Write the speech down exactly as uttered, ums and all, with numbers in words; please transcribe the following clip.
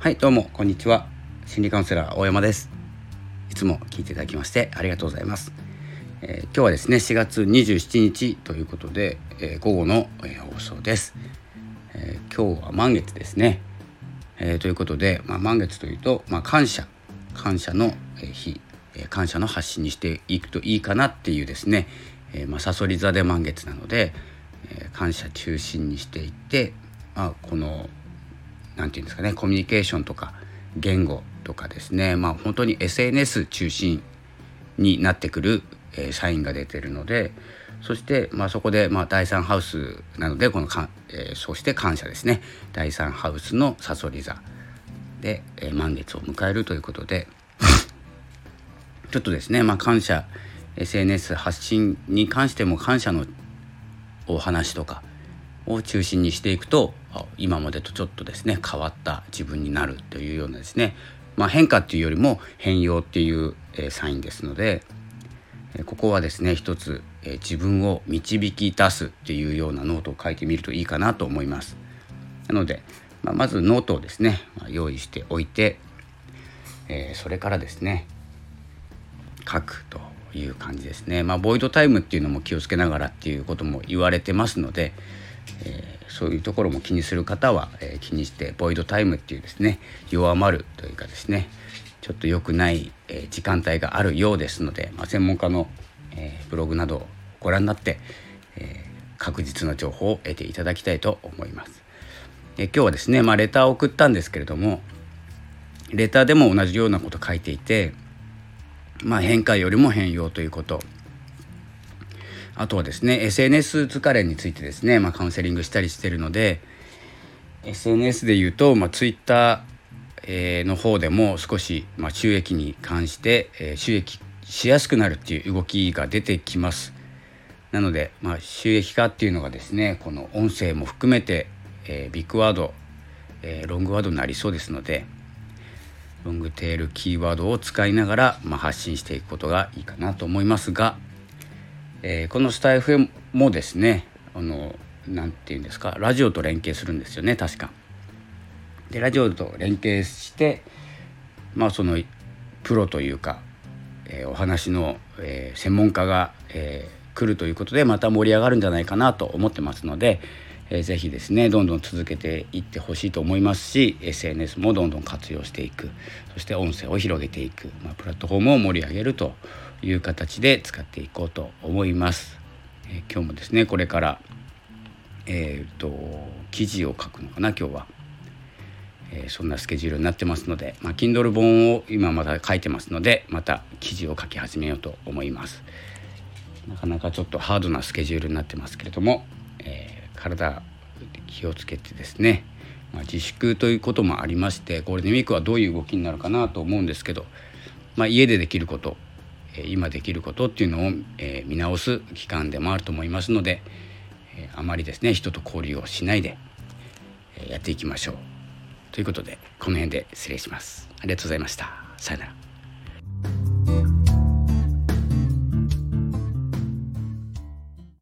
はい、どうもこんにちは。心理カウンセラー大山です。いつも聞いていただきましてありがとうございます。えー、今日はですねしがつにじゅうしちにちということで、えー、午後の、えー、放送です。えー、今日は満月ですね。えー、ということで、まあ、満月というと、まあ、感謝感謝の日、えー、感謝の発信にしていくといいかなっていうですね、えーまあ、さそり座で満月なので、えー、感謝中心にしていって、まあ、このなんていうんですかね、コミュニケーションとか言語とかですね、まあ本当に エスエヌエス 中心になってくる、えー、サインが出ているので、そしてまあそこでまあだいさんハウスなのでこのか、えー、そして感謝ですね、だいさんハウスのさそり座で、えー、満月を迎えるということでちょっとですね、まあ感謝 エスエヌエス 発信に関しても感謝のお話とかを中心にしていくと、今までとちょっとですね変わった自分になるというようなですね、まあ、変化っていうよりも変容っていう、えー、サインですので、えー、ここはですね一つ、えー、自分を導き出すっていうようなノートを書いてみるといいかなと思います。なので、まあ、まずノートをですね、まあ、用意しておいて、えー、それからですね書くという感じですね。まあボイドタイムっていうのも気をつけながらっていうことも言われてますので、えー、そういうところも気にする方は、えー、気にしてボイドタイムっていうですね弱まるというかですねちょっと良くない、えー、時間帯があるようですので、まあ、専門家の、えー、ブログなどをご覧になって、えー、確実な情報を得ていただきたいと思います。えー、今日はですね、まあ、レターを送ったんですけれども、レターでも同じようなこと書いていて、まあ、変化よりも変容ということ、あとはですね エスエヌエス 疲れについてですね、まあ、カウンセリングしたりしているので エスエヌエス でいうと、まあ、Twitter の方でも少し、まあ、収益に関して、えー、収益しやすくなるっていう動きが出てきます。なので、まあ、収益化っていうのがですねこの音声も含めて、えー、ビッグワード、えー、ロングワードになりそうですので、ロングテールキーワードを使いながら、まあ、発信していくことがいいかなと思いますが、えー、このスタイフもですねあのなんていうんですかラジオと連携するんですよね確か。でラジオと連携してまあそのプロというか、えー、お話の、えー、専門家が、えー、来るということでまた盛り上がるんじゃないかなと思ってますので、えー、ぜひですねどんどん続けていってほしいと思いますし エスエヌエス もどんどん活用していく、そして音声を広げていく、まあ、プラットフォームを盛り上げるという形で使っていこうと思います。えー、今日もですねこれからえー、と記事を書くのかな今日は、えー、そんなスケジュールになってますので、まあ、Kindle 本を今まだ書いてますのでまた記事を書き始めようと思います。なかなかちょっとハードなスケジュールになってますけれども、えー、体気をつけてですね、まあ、自粛ということもありましてゴールデンウィークはどういう動きになるかなと思うんですけど、まあ、家でできること今できることっていうのを、えー、見直す期間でもあると思いますので、えー、あまりですね人と交流をしないで、えー、やっていきましょうということでこの辺で失礼します。ありがとうございました。さよなら。